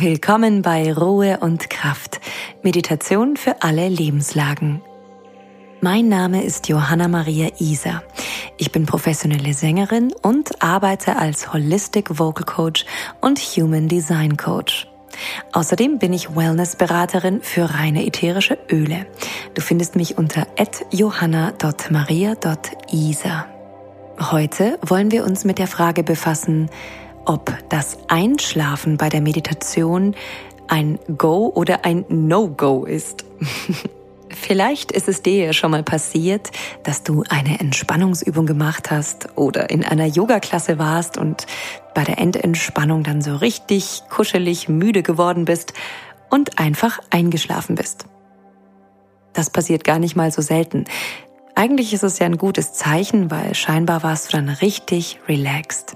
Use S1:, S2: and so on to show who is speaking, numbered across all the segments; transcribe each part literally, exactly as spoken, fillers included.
S1: Willkommen bei Ruhe und Kraft. Meditation für alle Lebenslagen. Mein Name ist Johanna Maria Iser. Ich bin professionelle Sängerin und arbeite als Holistic Vocal Coach und Human Design Coach. Außerdem bin ich Wellness-Beraterin für reine ätherische Öle. Du findest mich unter at johanna punkt maria punkt iser. Heute wollen wir uns mit der Frage befassen, ob das Einschlafen bei der Meditation ein Go oder ein No-Go ist. Vielleicht ist es dir ja schon mal passiert, dass du eine Entspannungsübung gemacht hast oder in einer Yoga-Klasse warst und bei der Endentspannung dann so richtig kuschelig müde geworden bist und einfach eingeschlafen bist. Das passiert gar nicht mal so selten. Eigentlich ist es ja ein gutes Zeichen, weil scheinbar warst du dann richtig relaxed.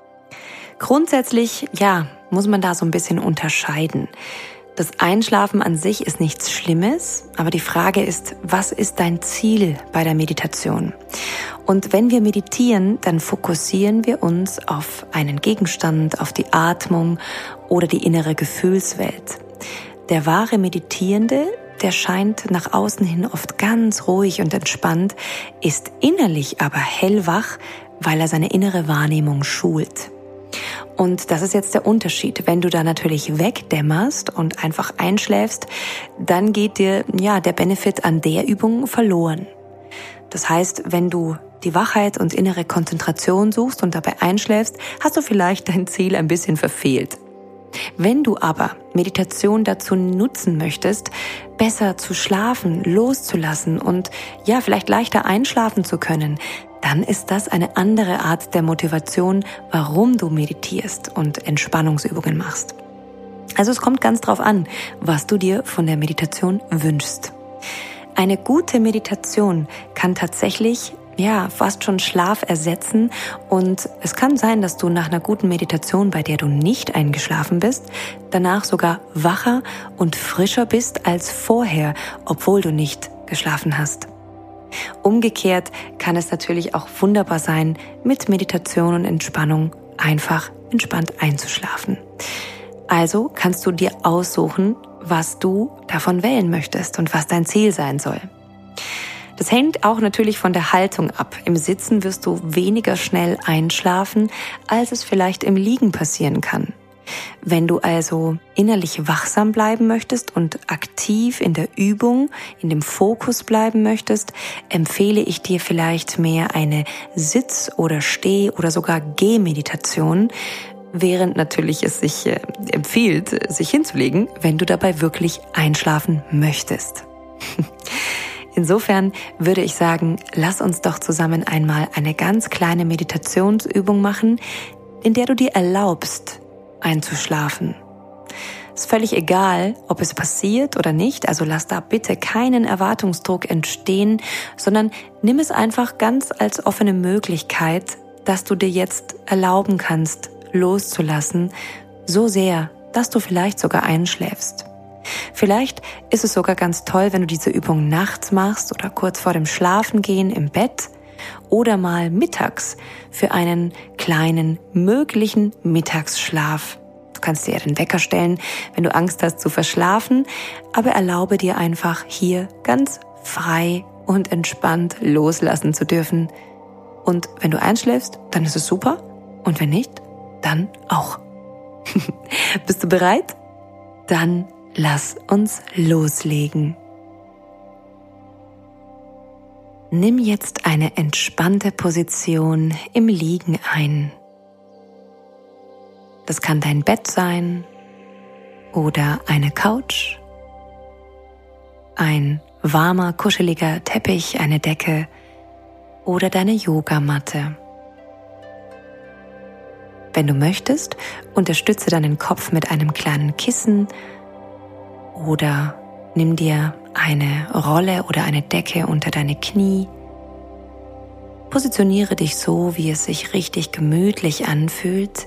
S1: Grundsätzlich, ja, muss man da so ein bisschen unterscheiden. Das Einschlafen an sich ist nichts Schlimmes, aber die Frage ist, was ist dein Ziel bei der Meditation? Und wenn wir meditieren, dann fokussieren wir uns auf einen Gegenstand, auf die Atmung oder die innere Gefühlswelt. Der wahre Meditierende, der scheint nach außen hin oft ganz ruhig und entspannt, ist innerlich aber hellwach, weil er seine innere Wahrnehmung schult. Und das ist jetzt der Unterschied. Wenn du da natürlich wegdämmerst und einfach einschläfst, dann geht dir ja der Benefit an der Übung verloren. Das heißt, wenn du die Wachheit und innere Konzentration suchst und dabei einschläfst, hast du vielleicht dein Ziel ein bisschen verfehlt. Wenn du aber Meditation dazu nutzen möchtest, besser zu schlafen, loszulassen und ja, vielleicht leichter einschlafen zu können, dann ist das eine andere Art der Motivation, warum du meditierst und Entspannungsübungen machst. Also es kommt ganz drauf an, was du dir von der Meditation wünschst. Eine gute Meditation kann tatsächlich ja, fast schon Schlaf ersetzen und es kann sein, dass du nach einer guten Meditation, bei der du nicht eingeschlafen bist, danach sogar wacher und frischer bist als vorher, obwohl du nicht geschlafen hast. Umgekehrt kann es natürlich auch wunderbar sein, mit Meditation und Entspannung einfach entspannt einzuschlafen. Also kannst du dir aussuchen, was du davon wählen möchtest und was dein Ziel sein soll. Das hängt auch natürlich von der Haltung ab. Im Sitzen wirst du weniger schnell einschlafen, als es vielleicht im Liegen passieren kann. Wenn du also innerlich wachsam bleiben möchtest und aktiv in der Übung, in dem Fokus bleiben möchtest, empfehle ich dir vielleicht mehr eine Sitz- oder Steh- oder sogar Gehmeditation, während natürlich es sich äh, empfiehlt, sich hinzulegen, wenn du dabei wirklich einschlafen möchtest. Insofern würde ich sagen, lass uns doch zusammen einmal eine ganz kleine Meditationsübung machen, in der du dir erlaubst, einzuschlafen. Ist völlig egal, ob es passiert oder nicht, also lass da bitte keinen Erwartungsdruck entstehen, sondern nimm es einfach ganz als offene Möglichkeit, dass du dir jetzt erlauben kannst, loszulassen, so sehr, dass du vielleicht sogar einschläfst. Vielleicht ist es sogar ganz toll, wenn du diese Übung nachts machst oder kurz vor dem Schlafengehen im Bett oder mal mittags für einen kleinen möglichen Mittagsschlaf. Du kannst dir ja den Wecker stellen, wenn du Angst hast zu verschlafen, aber erlaube dir einfach hier ganz frei und entspannt loslassen zu dürfen. Und wenn du einschläfst, dann ist es super und wenn nicht, dann auch. Bist du bereit? Dann lass uns loslegen. Nimm jetzt eine entspannte Position im Liegen ein. Das kann dein Bett sein oder eine Couch, ein warmer, kuscheliger Teppich, eine Decke oder deine Yogamatte. Wenn du möchtest, unterstütze deinen Kopf mit einem kleinen Kissen oder nimm dir eine Rolle oder eine Decke unter deine Knie. Positioniere dich so, wie es sich richtig gemütlich anfühlt.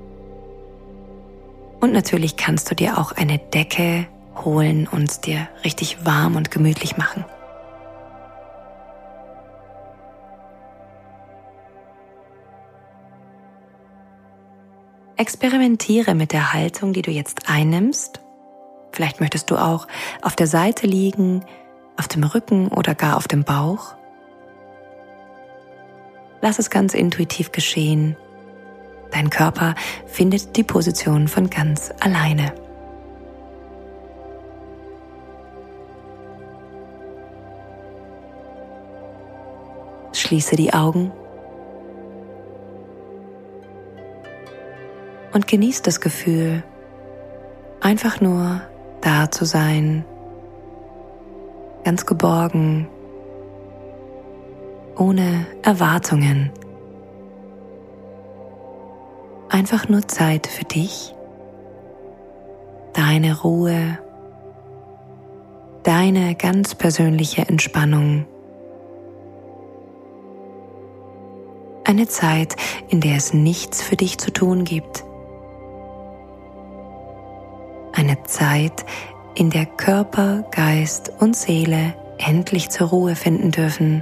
S1: Und natürlich kannst du dir auch eine Decke holen und dir richtig warm und gemütlich machen. Experimentiere mit der Haltung, die du jetzt einnimmst. Vielleicht möchtest du auch auf der Seite liegen, auf dem Rücken oder gar auf dem Bauch. Lass es ganz intuitiv geschehen. Dein Körper findet die Position von ganz alleine. Schließe die Augen und genieß das Gefühl, einfach nur da zu sein, ganz geborgen, ohne Erwartungen. Einfach nur Zeit für dich, deine Ruhe, deine ganz persönliche Entspannung. Eine Zeit, in der es nichts für dich zu tun gibt. Eine Zeit, in der Körper, Geist und Seele endlich zur Ruhe finden dürfen.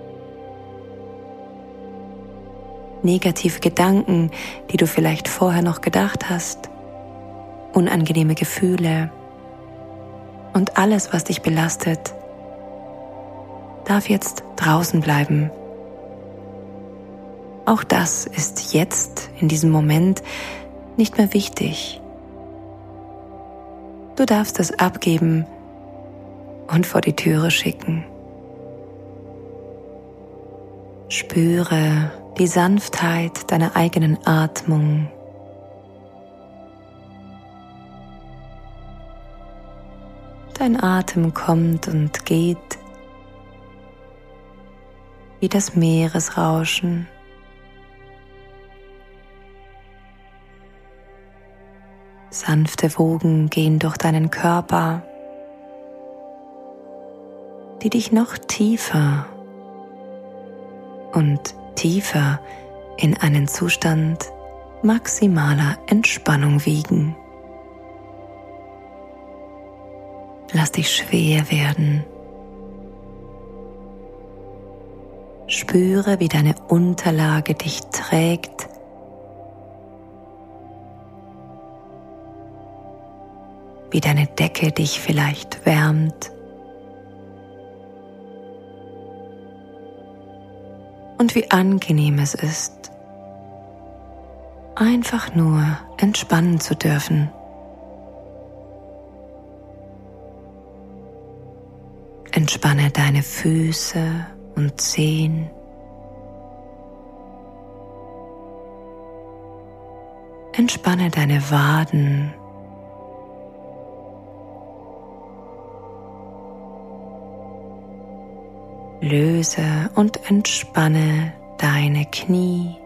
S1: Negative Gedanken, die du vielleicht vorher noch gedacht hast, unangenehme Gefühle und alles, was dich belastet, darf jetzt draußen bleiben. Auch das ist jetzt, in diesem Moment, nicht mehr wichtig. Du darfst es abgeben und vor die Türe schicken. Spüre die Sanftheit deiner eigenen Atmung. Dein Atem kommt und geht wie das Meeresrauschen. Sanfte Wogen gehen durch deinen Körper, die dich noch tiefer und tiefer in einen Zustand maximaler Entspannung wiegen. Lass dich schwer werden. Spüre, wie deine Unterlage dich trägt, wie deine Decke dich vielleicht wärmt und wie angenehm es ist, einfach nur entspannen zu dürfen. Entspanne deine Füße und Zehen. Entspanne deine Waden. Löse und entspanne deine Knie.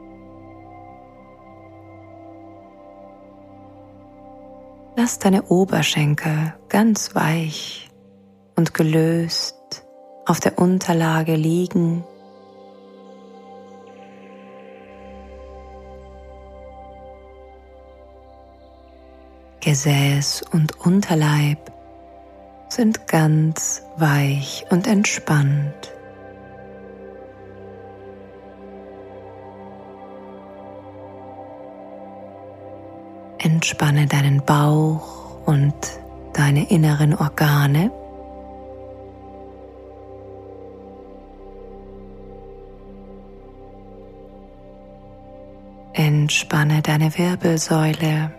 S1: Lass deine Oberschenkel ganz weich und gelöst auf der Unterlage liegen. Gesäß und Unterleib sind ganz weich und entspannt. Entspanne deinen Bauch und deine inneren Organe. Entspanne deine Wirbelsäule.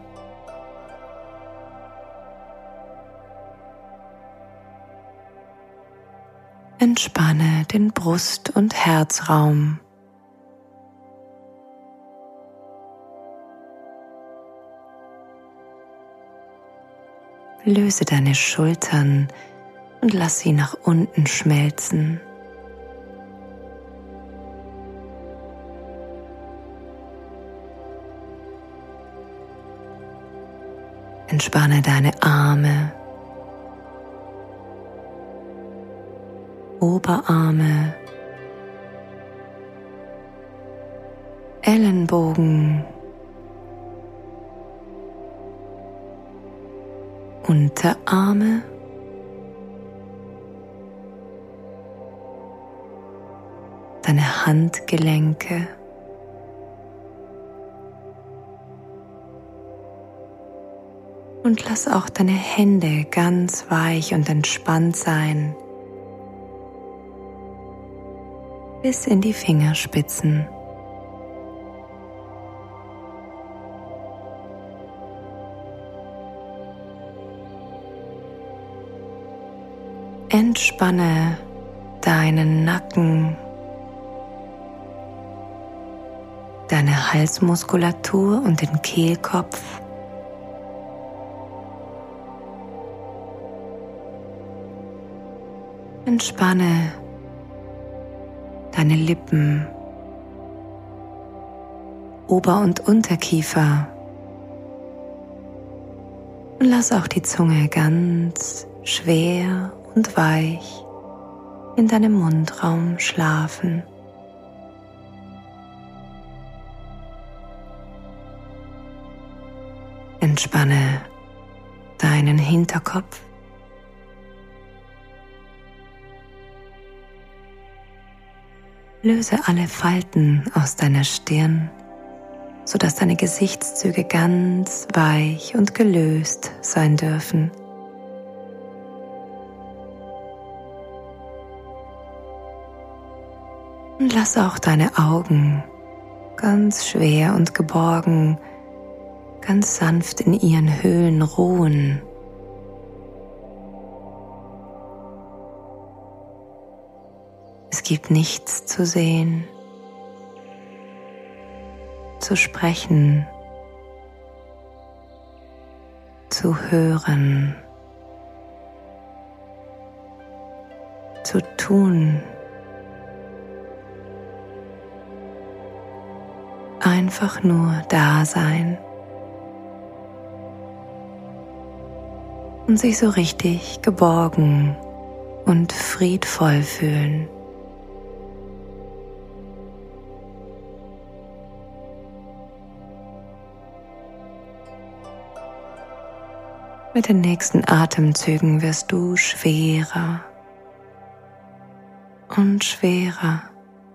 S1: Entspanne den Brust- und Herzraum. Löse deine Schultern und lass sie nach unten schmelzen. Entspanne deine Arme, Oberarme, Ellenbogen, Unterarme, deine Handgelenke, Und lass auch deine Hände ganz weich und entspannt sein, bis in die Fingerspitzen. Entspanne deinen Nacken, deine Halsmuskulatur und den Kehlkopf. Entspanne deine Lippen, Ober- und Unterkiefer und lass auch die Zunge ganz schwer und weich in deinem Mundraum schlafen. Entspanne deinen Hinterkopf. Löse alle Falten aus deiner Stirn, sodass deine Gesichtszüge ganz weich und gelöst sein dürfen. Und lass auch deine Augen ganz schwer und geborgen, ganz sanft in ihren Höhlen ruhen. Es gibt nichts zu sehen, zu sprechen, zu hören, zu tun. Einfach nur da sein und sich so richtig geborgen und friedvoll fühlen. Mit den nächsten Atemzügen wirst du schwerer und schwerer.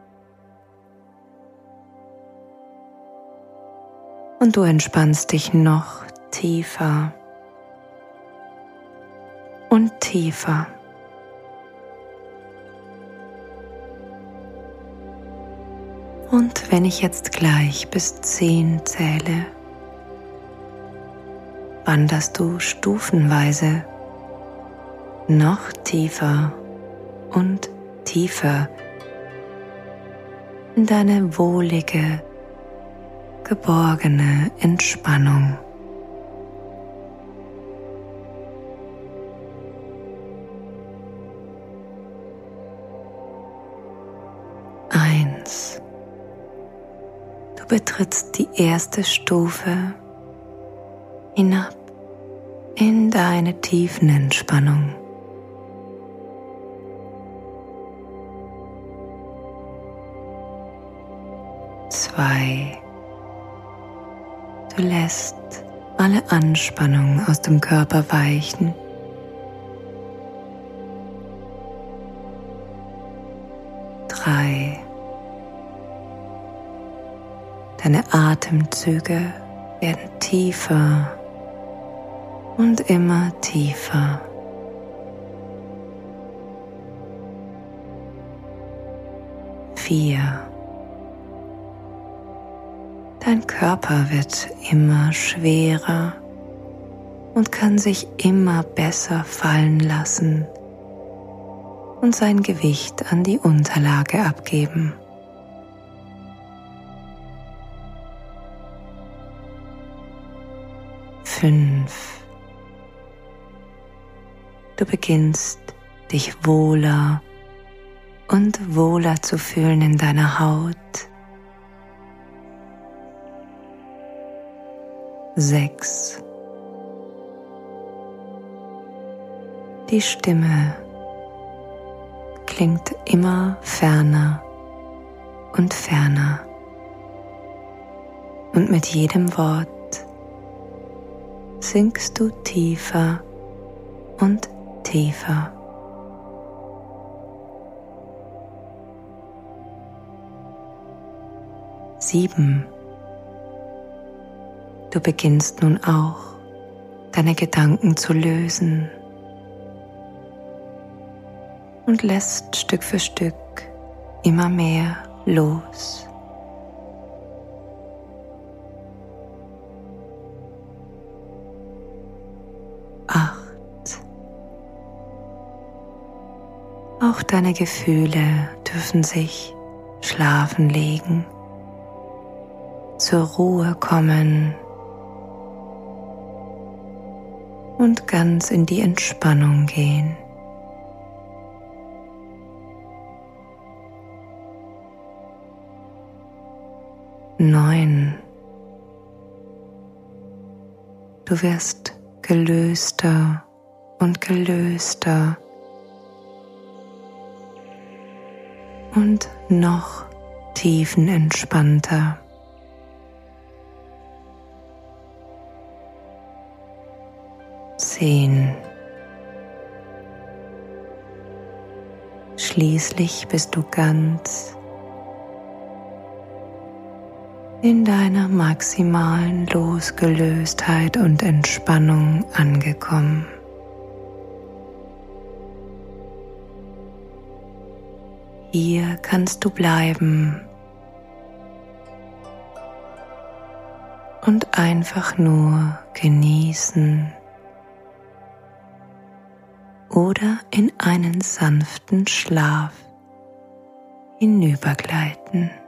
S1: Und du entspannst dich noch tiefer und tiefer. Und wenn ich jetzt gleich bis zehn zähle, wanderst du stufenweise noch tiefer und tiefer in deine wohlige, geborgene Entspannung. Eins. Du betrittst die erste Stufe hinab in deine tiefen Entspannung. Zwei. Du lässt alle Anspannung aus dem Körper weichen. Drei. Deine Atemzüge werden tiefer und immer tiefer. Vier. Dein Körper wird immer schwerer und kann sich immer besser fallen lassen und sein Gewicht an die Unterlage abgeben. Fünf. Du beginnst dich wohler und wohler zu fühlen in deiner Haut. Sechs. Die Stimme klingt immer ferner und ferner. Und mit jedem Wort sinkst du tiefer und tiefer. Sieben. Du beginnst nun auch deine Gedanken zu lösen und lässt Stück für Stück immer mehr los. Acht. Auch deine Gefühle dürfen sich schlafen legen, zur Ruhe kommen und ganz in die Entspannung gehen. Neun. Du wirst gelöster und gelöster und noch tiefenentspannter. Zehn. Schließlich bist du ganz in deiner maximalen Losgelöstheit und Entspannung angekommen. Hier kannst du bleiben und einfach nur genießen oder in einen sanften Schlaf hinübergleiten.